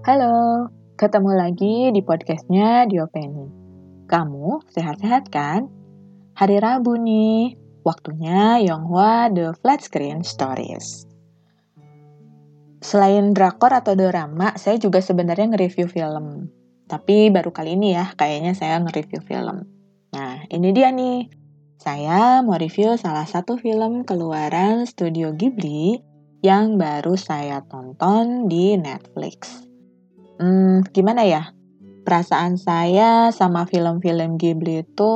Halo, ketemu lagi di podcastnya Diopeni. Kamu sehat-sehat kan? Hari Rabu nih, waktunya Yonghwa The Flat Screen Stories. Selain drakor atau dorama, saya juga sebenarnya nge-review film. Tapi baru kali ini ya, kayaknya saya nge-review film. Nah, ini dia nih. Saya mau review salah satu film keluaran Studio Ghibli yang baru saya tonton di Netflix. Gimana ya? Perasaan saya sama film-film Ghibli itu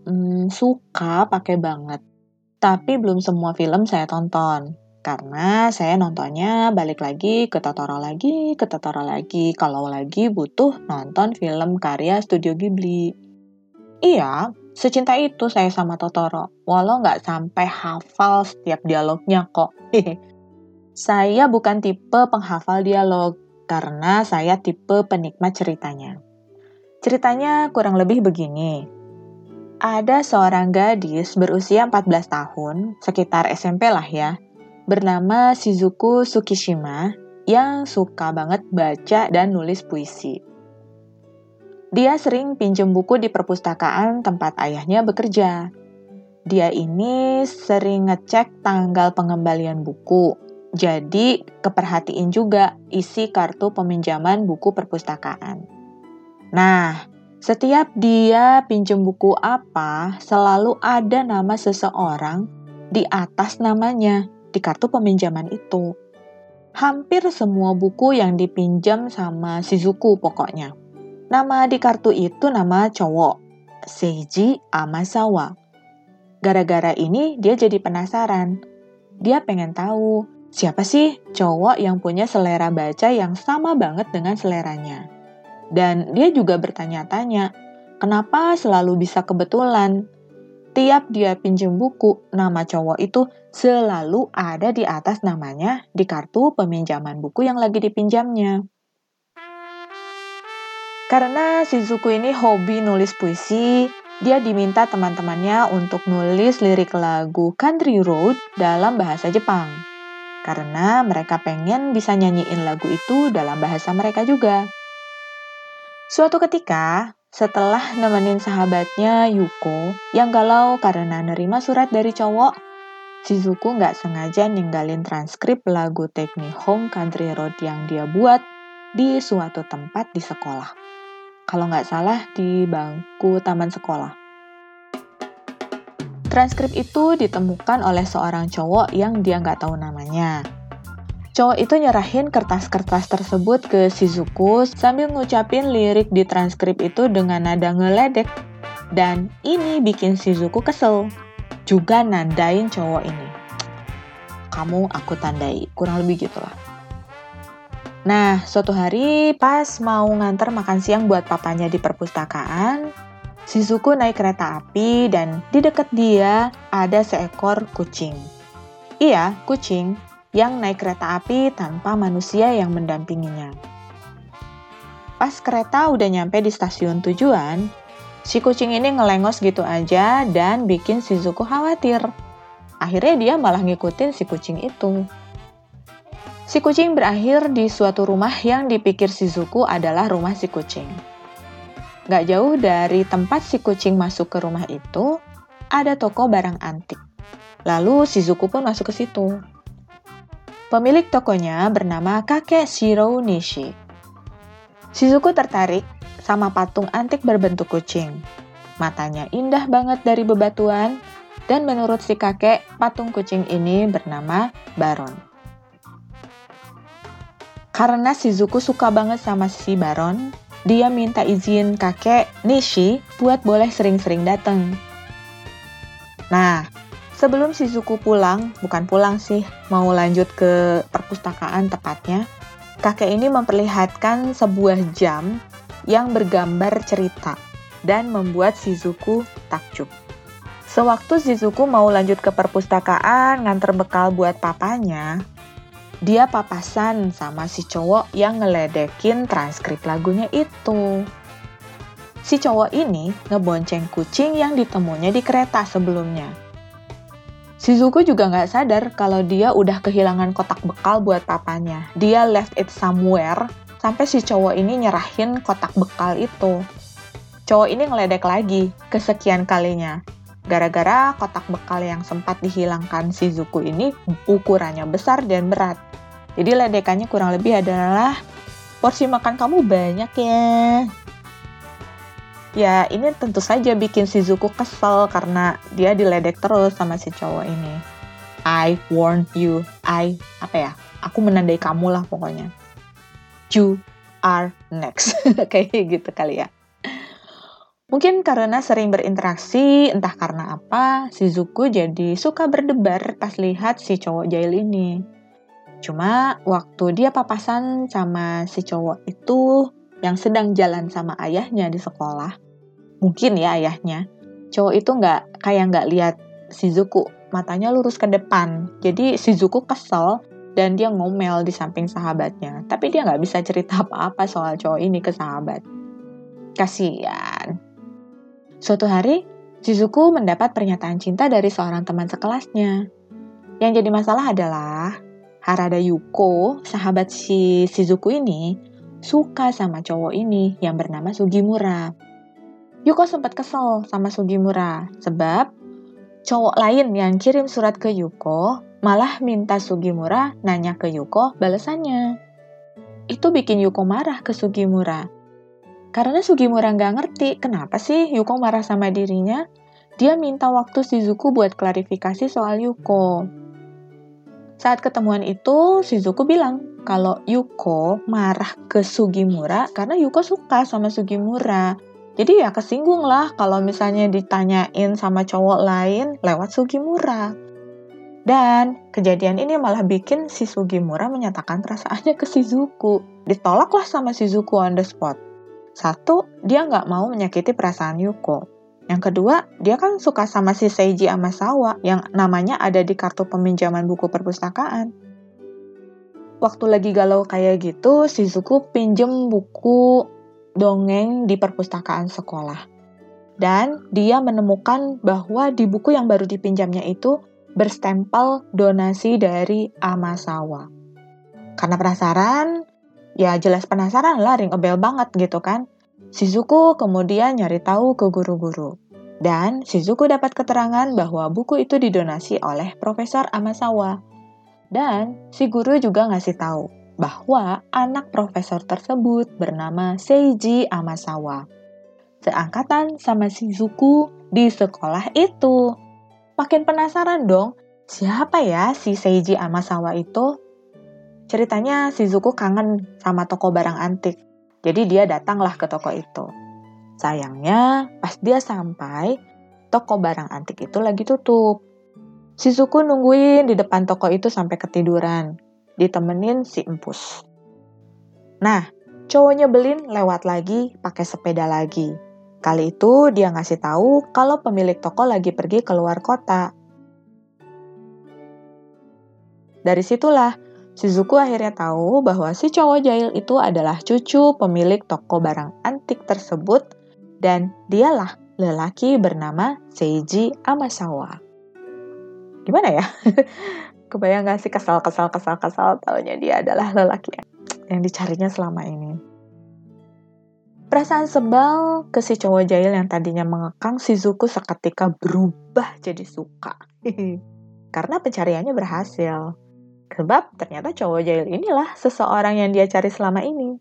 suka pakai banget. Tapi belum semua film saya tonton. Karena saya nontonnya balik lagi ke Totoro lagi, kalau lagi butuh nonton film karya Studio Ghibli. Iya, secinta itu saya sama Totoro. Walau nggak sampai hafal setiap dialognya kok. Saya bukan tipe penghafal dialog, karena saya tipe penikmat ceritanya. Ceritanya kurang lebih begini. Ada seorang gadis berusia 14 tahun, sekitar SMP lah ya, bernama Shizuku Tsukishima, yang suka banget baca dan nulis puisi. Dia sering pinjem buku di perpustakaan tempat ayahnya bekerja. Dia ini sering ngecek tanggal pengembalian buku, jadi keperhatiin juga isi kartu peminjaman buku perpustakaan. Nah, setiap dia pinjem buku apa, selalu ada nama seseorang di atas namanya di kartu peminjaman itu. Hampir semua buku yang dipinjam sama Shizuku pokoknya. Nama di kartu itu nama cowok, Seiji Amasawa. Gara-gara ini dia jadi penasaran. Dia pengen tahu, siapa sih cowok yang punya selera baca yang sama banget dengan seleranya. Dan dia juga bertanya-tanya, kenapa selalu bisa kebetulan? Tiap dia pinjem buku, nama cowok itu selalu ada di atas namanya di kartu peminjaman buku yang lagi dipinjamnya. Karena Shizuku ini hobi nulis puisi, dia diminta teman-temannya untuk nulis lirik lagu Country Road dalam bahasa Jepang. Karena mereka pengen bisa nyanyiin lagu itu dalam bahasa mereka juga. Suatu ketika, setelah nemenin sahabatnya Yuko yang galau karena nerima surat dari cowok, Shizuku nggak sengaja ninggalin transkrip lagu Take Me Home Country Road yang dia buat di suatu tempat di sekolah. Kalau nggak salah di bangku taman sekolah. Transkrip itu ditemukan oleh seorang cowok yang dia nggak tahu namanya. Cowok itu nyerahin kertas-kertas tersebut ke Shizuku sambil ngucapin lirik di transkrip itu dengan nada ngeledek. Dan ini bikin Shizuku kesel. Juga nandain cowok ini. Kamu aku tandai, kurang lebih gitulah. Nah, suatu hari pas mau nganter makan siang buat papanya di perpustakaan, Shizuku naik kereta api dan di dekat dia ada seekor kucing. Iya, kucing yang naik kereta api tanpa manusia yang mendampinginya. Pas kereta udah nyampe di stasiun tujuan, si kucing ini ngelengos gitu aja dan bikin Shizuku khawatir. Akhirnya dia malah ngikutin si kucing itu. Si kucing berakhir di suatu rumah yang dipikir Shizuku adalah rumah si kucing. Gak jauh dari tempat si kucing masuk ke rumah itu, ada toko barang antik. Lalu Shizuku pun masuk ke situ. Pemilik tokonya bernama Kakek Shiro Nishi. Shizuku tertarik sama patung antik berbentuk kucing. Matanya indah banget dari bebatuan, dan menurut si kakek, patung kucing ini bernama Baron. Karena Shizuku suka banget sama si Baron, dia minta izin kakek Nishi buat boleh sering-sering datang. Nah, sebelum Shizuku bukan pulang sih, mau lanjut ke perpustakaan tepatnya, kakek ini memperlihatkan sebuah jam yang bergambar cerita dan membuat Shizuku takjub. Sewaktu Shizuku mau lanjut ke perpustakaan nganter bekal buat papanya, dia papasan sama si cowok yang ngeledekin transkrip lagunya itu. Si cowok ini ngebonceng kucing yang ditemunya di kereta sebelumnya. Shizuku juga nggak sadar kalau dia udah kehilangan kotak bekal buat papanya. Dia left it somewhere sampai si cowok ini nyerahin kotak bekal itu. Cowok ini ngeledek lagi, kesekian kalinya. Gara-gara kotak bekal yang sempat dihilangkan Shizuku ini ukurannya besar dan berat. Jadi ledekannya kurang lebih adalah, porsi makan kamu banyak ya. Ya, ini tentu saja bikin Shizuku kesel karena dia diledek terus sama si cowok ini. I warned you. Aku menandai kamu lah pokoknya. You are next. Kayak gitu kali ya. Mungkin karena sering berinteraksi, entah karena apa, Shizuku jadi suka berdebar pas lihat si cowok jahil ini. Cuma waktu dia papasan sama si cowok itu yang sedang jalan sama ayahnya di sekolah, mungkin ya ayahnya, cowok itu nggak lihat Shizuku, matanya lurus ke depan. Jadi Shizuku kesel dan dia ngomel di samping sahabatnya. Tapi dia nggak bisa cerita apa-apa soal cowok ini ke sahabat. Kasian. Suatu hari, Shizuku mendapat pernyataan cinta dari seorang teman sekelasnya. Yang jadi masalah adalah Harada Yuko, sahabat si Shizuku ini, suka sama cowok ini yang bernama Sugimura. Yuko sempat kesel sama Sugimura, sebab cowok lain yang kirim surat ke Yuko malah minta Sugimura nanya ke Yuko balasannya. Itu bikin Yuko marah ke Sugimura. Karena Sugimura nggak ngerti kenapa sih Yuko marah sama dirinya, dia minta waktu Shizuku buat klarifikasi soal Yuko. Saat ketemuan itu, Shizuku bilang kalau Yuko marah ke Sugimura karena Yuko suka sama Sugimura. Jadi ya kesinggung lah kalau misalnya ditanyain sama cowok lain lewat Sugimura. Dan kejadian ini malah bikin si Sugimura menyatakan perasaannya ke Shizuku. Ditolaklah sama Shizuku on the spot. Satu, dia nggak mau menyakiti perasaan Yuko. Yang kedua, dia kan suka sama si Seiji Amasawa yang namanya ada di kartu peminjaman buku perpustakaan. Waktu lagi galau kayak gitu, Shizuku pinjem buku dongeng di perpustakaan sekolah. Dan dia menemukan bahwa di buku yang baru dipinjamnya itu berstempel donasi dari Amasawa. Karena penasaran, ya jelas penasaran lah, ring a bell banget gitu kan. Shizuku kemudian nyari tahu ke guru-guru. Dan Shizuku dapat keterangan bahwa buku itu didonasi oleh Profesor Amasawa. Dan si guru juga ngasih tahu bahwa anak profesor tersebut bernama Seiji Amasawa. Seangkatan sama Shizuku di sekolah itu. Makin penasaran dong, siapa ya si Seiji Amasawa itu? Ceritanya Shizuku kangen sama toko barang antik. Jadi dia datanglah ke toko itu. Sayangnya, pas dia sampai, toko barang antik itu lagi tutup. Shizuku nungguin di depan toko itu sampai ketiduran, ditemenin si empus. Nah, cowoknya nyebelin lewat lagi pakai sepeda lagi. Kali itu dia ngasih tahu kalau pemilik toko lagi pergi keluar kota. Dari situlah, Shizuku akhirnya tahu bahwa si cowok jahil itu adalah cucu pemilik toko barang antik tersebut dan dialah lelaki bernama Seiji Amasawa. Gimana ya? Kebayang gak sih kesal taunya dia adalah lelaki yang dicarinya selama ini. Perasaan sebal ke si cowok jahil yang tadinya mengekang Shizuku seketika berubah jadi suka. Karena pencariannya berhasil. Sebab ternyata cowok jahil inilah seseorang yang dia cari selama ini.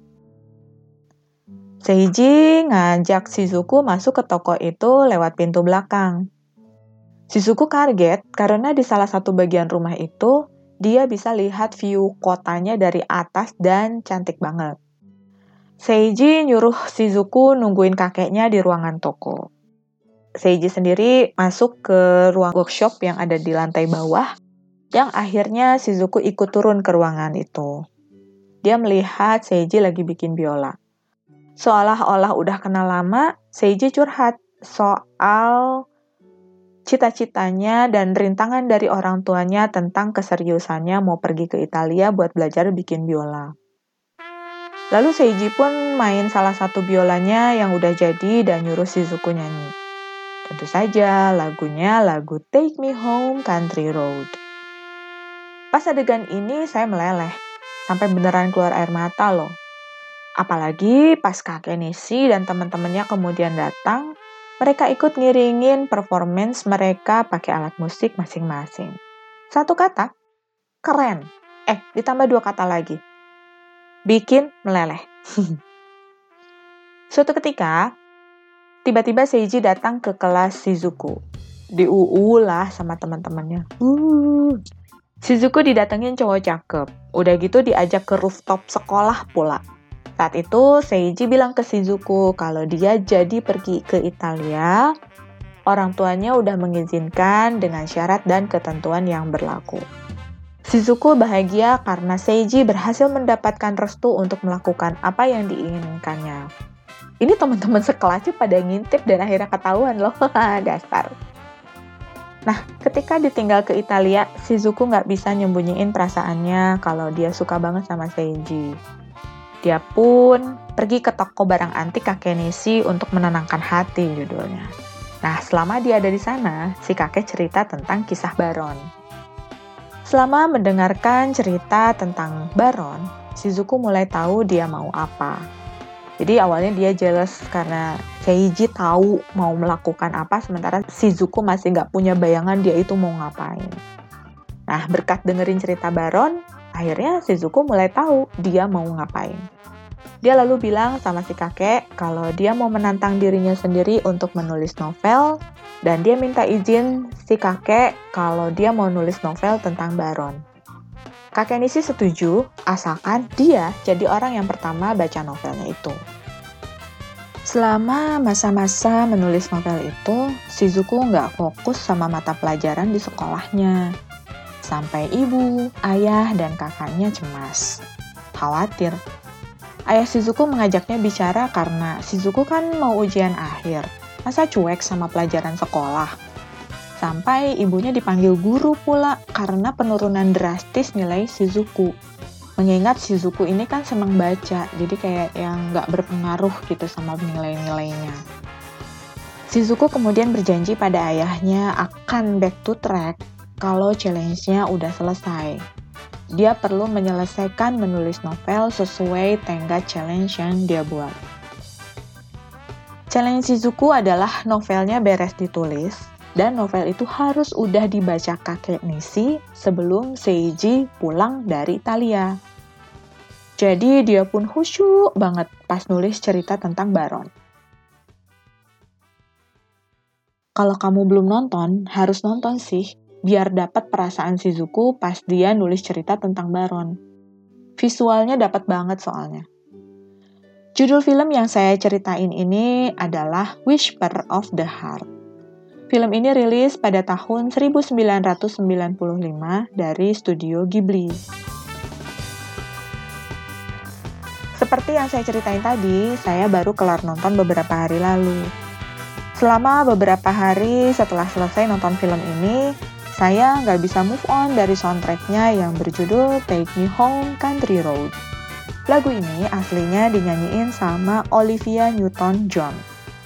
Seiji ngajak Shizuku masuk ke toko itu lewat pintu belakang. Shizuku kaget karena di salah satu bagian rumah itu, dia bisa lihat view kotanya dari atas dan cantik banget. Seiji nyuruh Shizuku nungguin kakeknya di ruangan toko. Seiji sendiri masuk ke ruang workshop yang ada di lantai bawah, yang akhirnya Shizuku ikut turun ke ruangan itu. Dia melihat Seiji lagi bikin biola. Seolah-olah udah kenal lama, Seiji curhat soal cita-citanya dan rintangan dari orang tuanya tentang keseriusannya mau pergi ke Italia buat belajar bikin biola. Lalu Seiji pun main salah satu biolanya yang udah jadi dan nyuruh Shizuku nyanyi. Tentu saja lagunya lagu Take Me Home Country Road. Pas adegan ini saya meleleh, sampai beneran keluar air mata loh. Apalagi pas kakek Nisi dan teman-temannya kemudian datang, mereka ikut ngiringin performance mereka pakai alat musik masing-masing. Satu kata, keren. Ditambah 2 kata lagi. Bikin meleleh. Suatu ketika, tiba-tiba Seiji datang ke kelas Shizuku. Di-UU lah sama teman-temannya. Shizuku didatengin cowok cakep. Udah gitu diajak ke rooftop sekolah pula. Saat itu Seiji bilang ke Shizuku kalau dia jadi pergi ke Italia. Orang tuanya udah mengizinkan dengan syarat dan ketentuan yang berlaku. Shizuku bahagia karena Seiji berhasil mendapatkan restu untuk melakukan apa yang diinginkannya. Ini teman-teman sekelasnya pada ngintip dan akhirnya ketahuan loh, dasar. Nah, ketika ditinggal ke Italia, Shizuku nggak bisa nyembunyiin perasaannya kalau dia suka banget sama Seiji. Dia pun pergi ke toko barang antik kakek Nishi untuk menenangkan hati judulnya. Nah, selama dia ada di sana, si kakek cerita tentang kisah Baron. Selama mendengarkan cerita tentang Baron, Shizuku mulai tahu dia mau apa. Jadi awalnya dia jealous karena Seiji tahu mau melakukan apa, sementara Shizuku masih nggak punya bayangan dia itu mau ngapain. Nah, berkat dengerin cerita Baron, akhirnya Shizuku mulai tahu dia mau ngapain. Dia lalu bilang sama si kakek kalau dia mau menantang dirinya sendiri untuk menulis novel, dan dia minta izin si kakek kalau dia mau nulis novel tentang Baron. Kakek Nishi setuju, asalkan dia jadi orang yang pertama baca novelnya itu. Selama masa-masa menulis novel itu, Shizuku nggak fokus sama mata pelajaran di sekolahnya. Sampai ibu, ayah, dan kakaknya cemas. Khawatir. Ayah Shizuku mengajaknya bicara karena Shizuku kan mau ujian akhir. Masa cuek sama pelajaran sekolah? Sampai ibunya dipanggil guru pula karena penurunan drastis nilai Shizuku. Mengingat Shizuku ini kan senang baca, jadi kayak yang nggak berpengaruh gitu sama nilai-nilainya. Shizuku kemudian berjanji pada ayahnya akan back to track kalau challenge-nya udah selesai. Dia perlu menyelesaikan menulis novel sesuai tenggat challenge yang dia buat. Challenge Shizuku adalah novelnya beres ditulis, dan novel itu harus udah dibaca kakek Nishi sebelum Seiji pulang dari Italia. Jadi dia pun khusyuk banget pas nulis cerita tentang Baron. Kalau kamu belum nonton, harus nonton sih, biar dapat perasaan Shizuku pas dia nulis cerita tentang Baron. Visualnya dapat banget soalnya. Judul film yang saya ceritain ini adalah Whisper of the Heart. Film ini rilis pada tahun 1995 dari studio Ghibli. Seperti yang saya ceritain tadi, saya baru kelar nonton beberapa hari lalu. Selama beberapa hari setelah selesai nonton film ini, saya nggak bisa move on dari soundtrack-nya yang berjudul Take Me Home Country Road. Lagu ini aslinya dinyanyiin sama Olivia Newton-John.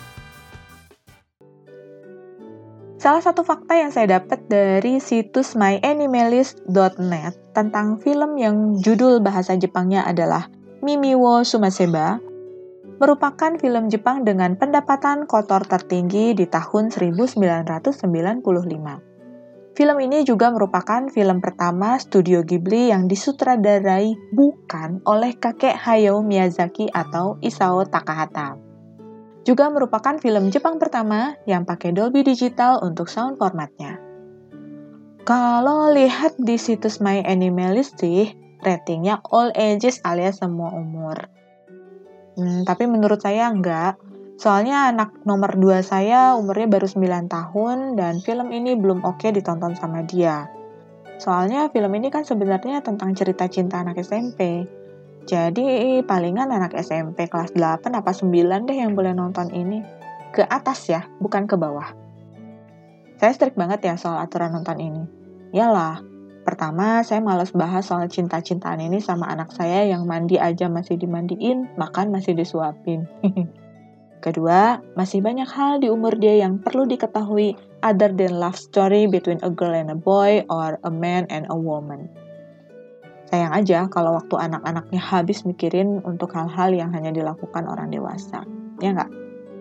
Salah satu fakta yang saya dapat dari situs myanimalist.net tentang film yang judul bahasa Jepangnya adalah Mimi wo Sumaseba, merupakan film Jepang dengan pendapatan kotor tertinggi di tahun 1995. Film ini juga merupakan film pertama studio Ghibli yang disutradarai bukan oleh kakek Hayao Miyazaki atau Isao Takahata. Juga merupakan film Jepang pertama yang pakai Dolby Digital untuk sound formatnya. Kalau lihat di situs MyAnimalist sih, ratingnya all ages alias semua umur. Tapi menurut saya enggak. Soalnya anak nomor 2 saya umurnya baru 9 tahun dan film ini belum oke ditonton sama dia. Soalnya film ini kan sebenarnya tentang cerita cinta anak SMP. Jadi palingan anak SMP kelas 8 apa 9 deh yang boleh nonton ini. Ke atas ya, bukan ke bawah. Saya strict banget ya soal aturan nonton ini. Yalah, pertama saya malas bahas soal cinta-cintaan ini sama anak saya yang mandi aja masih dimandiin, makan masih disuapin. Kedua, masih banyak hal di umur dia yang perlu diketahui other than love story between a girl and a boy or a man and a woman. Sayang aja kalau waktu anak-anaknya habis mikirin untuk hal-hal yang hanya dilakukan orang dewasa. Ya nggak?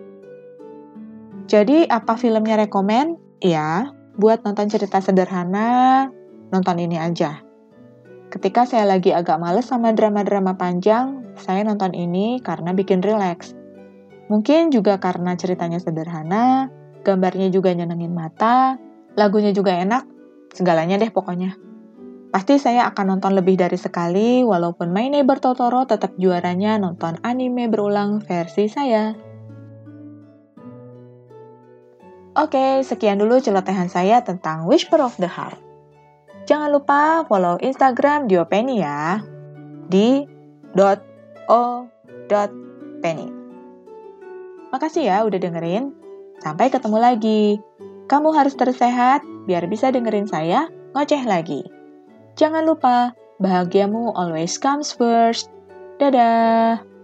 Jadi apa filmnya rekomen? Ya, buat nonton cerita sederhana, nonton ini aja. Ketika saya lagi agak males sama drama-drama panjang, saya nonton ini karena bikin rileks. Mungkin juga karena ceritanya sederhana, gambarnya juga nyenengin mata, lagunya juga enak, segalanya deh pokoknya. Pasti saya akan nonton lebih dari sekali, walaupun My Neighbor Totoro tetap juaranya nonton anime berulang versi saya. Oke, sekian dulu celotehan saya tentang Whisper of the Heart. Jangan lupa follow Instagram Diopeni ya, di .o.penny. Makasih ya udah dengerin. Sampai ketemu lagi. Kamu harus terus sehat biar bisa dengerin saya ngoceh lagi. Jangan lupa, bahagiamu always comes first. Dadah!